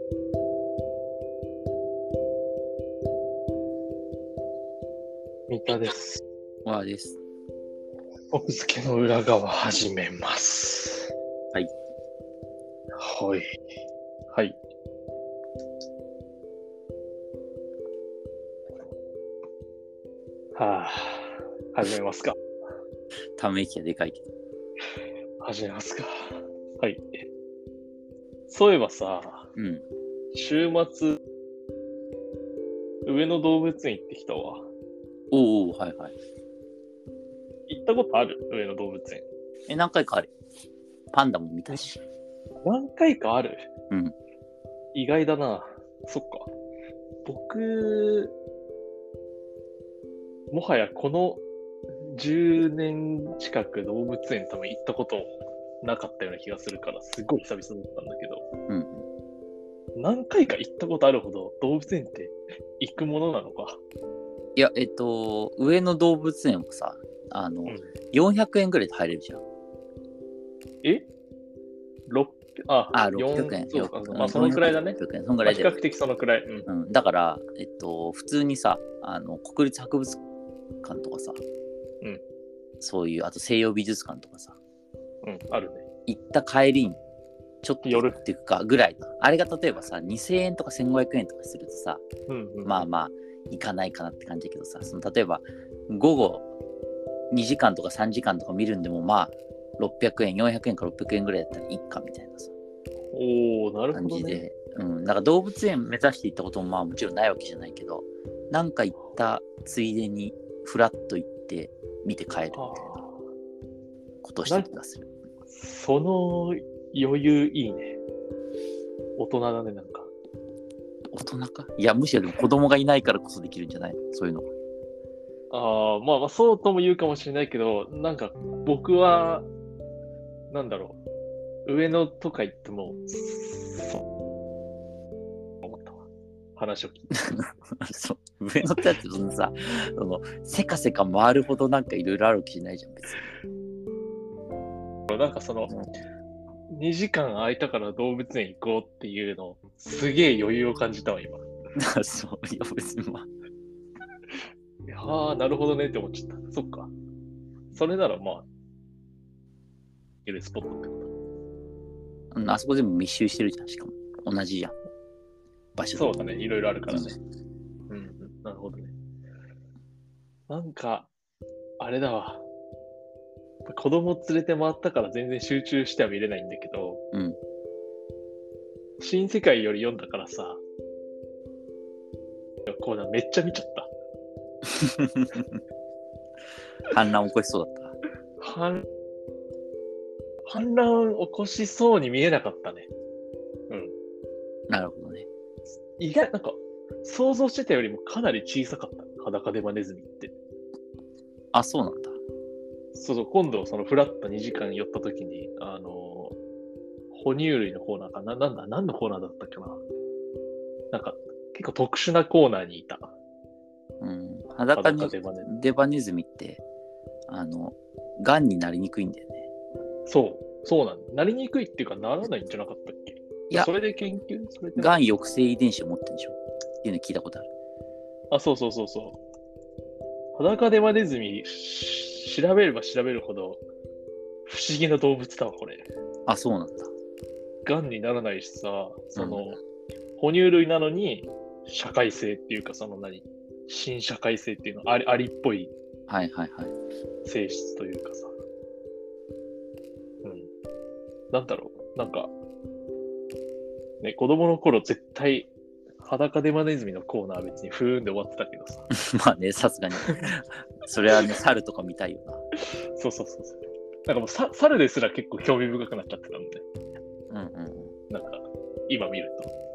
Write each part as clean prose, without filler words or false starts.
三田です。 わあです。 奥付けの裏側始めます。 はい。 はい。はい。はあ、始めますか。 ため息がでかいけど。 始めますか。はい。そういえばさ、週末、上野動物園行ってきたわ。 おお、はいはい。 行ったことある？上野動物園。 何回かある。パンダも見たし。 何回かある？ うん。 意外だな。そっか。僕、もはやこの10年近く動物園多分行ったことなかったような気がするから、すごい久々だったんだけど、何回か行ったことあるほど動物園って行くものなのか。 いや、上野動物園もさ、400円ぐらいで入れるじゃん。 600円。そうか。まあ、そのくらいだね。 600円、そのくらいで。 比較的そのくらい。 だから、普通にさ、国立博物館とかさ、そういう、あと西洋美術館とかさ、 あるね。 行った帰りに、ちょっと寄るっていうかぐらいの。あれが例えばさ、2000円とか1500円とかするとさ、まあまあ、行かないかなって感じだけどさ、例えば、午後2時間とか3時間とか見るんでも、まあ、600円、400円か600円ぐらいだったらいいかみたいなさ。 なるほどね。感じで。だから動物園目指して行ったこともまあもちろんないわけじゃないけど、なんか行ったついでにフラッと行って見て帰るみたいなことをした気がする。 その余裕いいね。大人だね、なんか。 大人か？いや、むしろ子供がいないからこそできるんじゃないの？そういうの。 まあそうとも言うかもしれないけど、なんか僕は、なんだろう、上野とか行っても、思ったわ。話を聞いて。 そう、上野ってだってそのさ、せかせか回るほどなんかいろいろあるわけじゃないじゃん、別に。なんか2時間空いたから動物園行こうっていうの、すげえ余裕を感じたわ、今。 そう、いや別にまあ。 いやー、なるほどねって思っちゃった。そっか。それならまあ、いるスポットってこと。 あそこ全部密集してるじゃん、しかも。同じじゃん。場所。 そうだね、いろいろあるからね。なるほどね。なんか、あれだわ。子供連れて回ったから全然集中しては見れないんだけど、新世界より読んだからさ、コーナーめっちゃ見ちゃった。 反乱起こしそうだった。 反乱起こしそうに見えなかったね。 なるほどね。 意外、なんか、想像してたよりもかなり小さかった。裸デマネズミって。 あ、そうなんだ。 そう、今度フラット2時間寄った時に、哺乳類のコーナーかな、何のコーナーだったっけな。なんか、結構特殊なコーナーにいた。 裸デバネズミって、がんになりにくいんだよね。 そうなんだ。なりにくいっていうか、ならないんじゃなかったっけ？いや、それで研究それでがん抑制遺伝子を持ってるんでしょっていうの聞いたことある。 そう。裸デマネズミ、調べれば調べるほど、不思議な動物だわ、これ。 あ、そうなんだ。 がんにならないしさ、哺乳類なのに、社会性っていうか、新社会性っていうの、ありっぽい性質というかさ。なんだろう。なんか、ね、子供の頃絶対、裸デマネズミのコーナーは別にふーんで終わってたけどさ。 まあね、さすがに。それはね、猿とか見たいよな。 そう。なんかもう猿ですら結構興味深くなっちゃってたので。なんか、今見る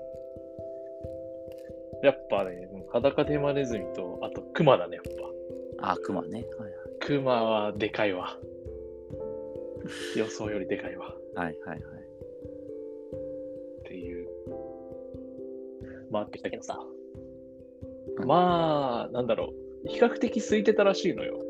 と。やっぱね、裸デマネズミと、あとクマだね、やっぱ。クマね。 クマはでかいわ。予想よりでかいわ。っていう。回ってきたけどさ。まあ、なんだろう。比較的空いてたらしいのよ。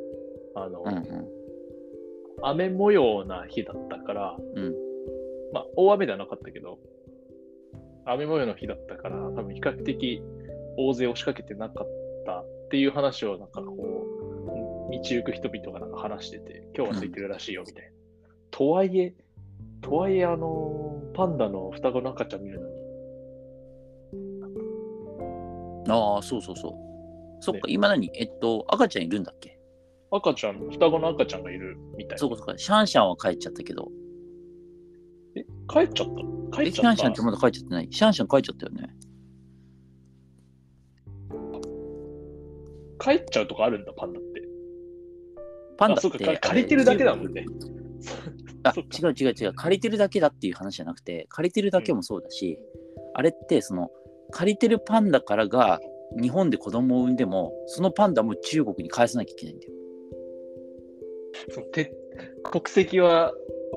雨模様な日だったから、まあ、大雨ではなかったけど、 雨模様の日だったから、多分比較的大勢押しかけてなかったっていう話をなんかこう、道行く人々がなんか話してて、今日は空いてるらしいよみたいな。とはいえ、パンダの双子の赤ちゃん見るのに。 ああ、そうそうそう。そっか、今何赤ちゃんいるんだっけ？ 双子の赤ちゃんがいるみたいな。 そうか、シャンシャンは帰っちゃったけど。 帰っちゃった？ シャンシャンってまだ帰っちゃってない？シャンシャン帰っちゃったよね。 帰っちゃうとかあるんだ、パンダって。 パンダってそうか、借りてるだけだもんね。 違う。借りてるだけだっていう話じゃなくて、借りてるだけもそうだし、あれって借りてるパンダからが日本で子供を産んでも、そのパンダも中国に返さなきゃいけないんだよ。 国籍は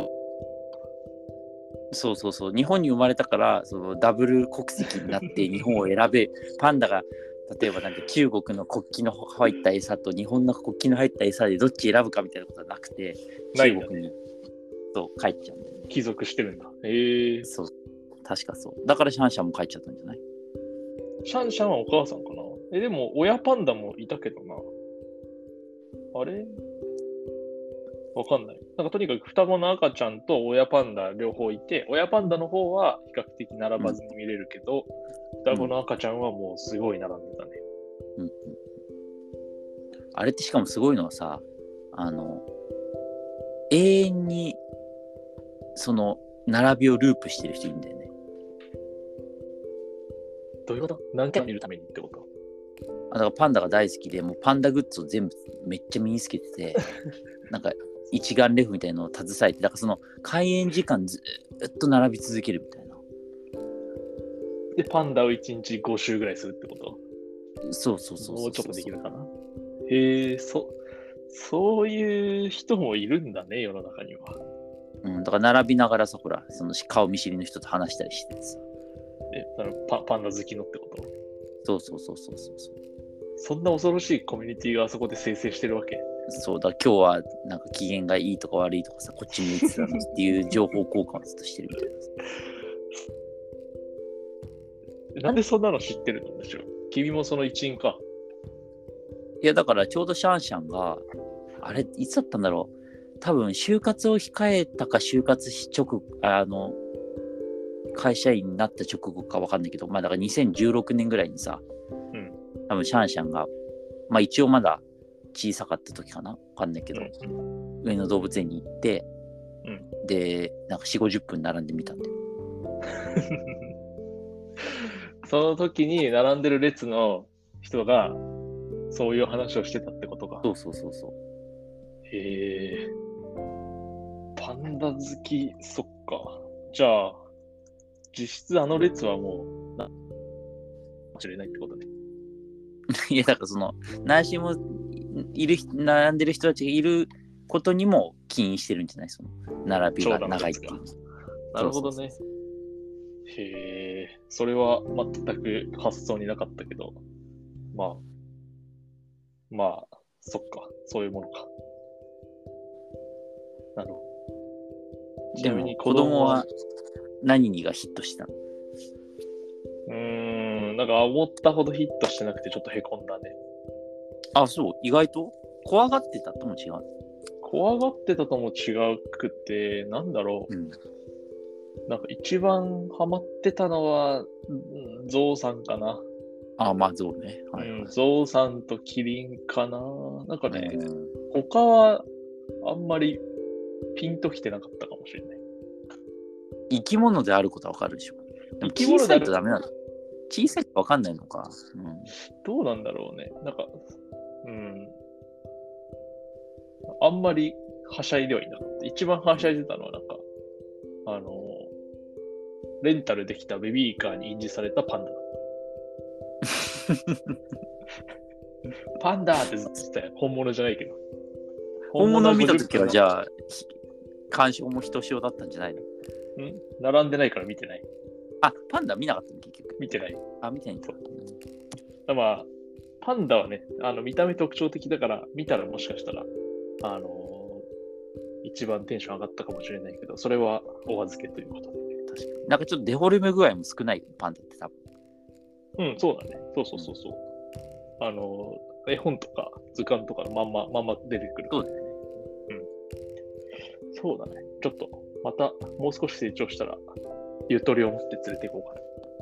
そう。日本に生まれたから、ダブル国籍になって日本を選べ、パンダが例えばなんか中国の国旗の入った餌と日本の国旗の入った餌でどっち選ぶかみたいなことはなくて、中国に帰っちゃうんだよね。 帰属してるんだ。 そう。確かそう。だからシャンシャンも帰っちゃったんじゃない？ シャンシャンはお母さんかな？でも親パンダもいたけどな。あれ？わかんない。なんかとにかく双子の赤ちゃんと親パンダ両方いて、親パンダの方は比較的並ばずに見れるけど、双子の赤ちゃんはもうすごい並んでたね。 あれってしかもすごいのはさ、永遠にその並びをループしてる人いるんだよね。 どういうこと？何回見るためにってこと？ だからパンダが大好きで、もうパンダグッズを全部めっちゃ身につけてて、なんか一眼レフみたいなのを携えて、だからその開園時間ずっと並び続けるみたいな。 で、パンダを1日5周ぐらいするってこと？ そう。 もうちょっとできるかな。そういう人もいるんだね、世の中には。 だから並びながらさ、ほら、その顔見知りの人と話したりしてさ。 パンダ好きのってこと？ そう。 そんな恐ろしいコミュニティがあそこで生成してるわけ？ そうだ、今日はなんか機嫌がいいとか悪いとかさ、こっち向いてたのっていう情報交換をずっとしてるみたいな。なんでそんなの知ってるんでしょう？君もその一員か。 いや、だからちょうどシャンシャンが、あれ、いつだったんだろう。多分、就活を控えたか、就活会社員になった直後か分かんないけど、だから2016年ぐらいにさ、多分シャンシャンが、一応まだ小さかった時かな分かんないけど、上野動物園に行って、で、なんか4、50分並んでみたんだよ。 その時に並んでる列の人が、そういう話をしてたってことか。 そう。 へえ。パンダ好き、そっか。じゃあ、実質あの列はもう、間違いないってことね。 いや、だから何しも並んでる人たちがいることにも起因してるんじゃない？その並びが長いっていう。 なるほどね。へえ、それは全く発想になかったけど、そっか、そういうものか。なるほど。 でも子供は何にがヒットしたの？ なんか思ったほどヒットしてなくてちょっとへこんだね。 あ、そう、意外と怖がってたとも違う。 怖がってたとも違うくて、なんだろう。なんか一番ハマってたのは、ゾウさんかな。 ゾウね。 ゾウさんとキリンかな。なんかね、他はあんまりピンときてなかったかもしれない。 生き物であることはわかるでしょ。でも小さいとダメなの。小さいとわかんないのか。 どうなんだろうね。なんか、あんまりはしゃいではいなかった。一番はしゃいでたのはなんか、レンタルできたベビーカーに印字されたパンダだった。パンダってずっと言ってたよ。本物じゃないけど。 本物を見たときはじゃあ、鑑賞もひとしおだったんじゃないの？ 並んでないから見てない。 パンダ見なかったの結局。 見てない。 見てないんだ。 パンダはね、見た目特徴的だから、見たらもしかしたら、一番テンション上がったかもしれないけど、それはお預けということで。 確かに。なんかちょっとデフォルメ具合も少ないよね、パンダって多分。 うん、そうだね。そうそうそうそう。絵本とか図鑑とかのまんま出てくる。 そうだよね。 うん。そうだね。ちょっと、またもう少し成長したら、ゆとりを持って連れていこうかな。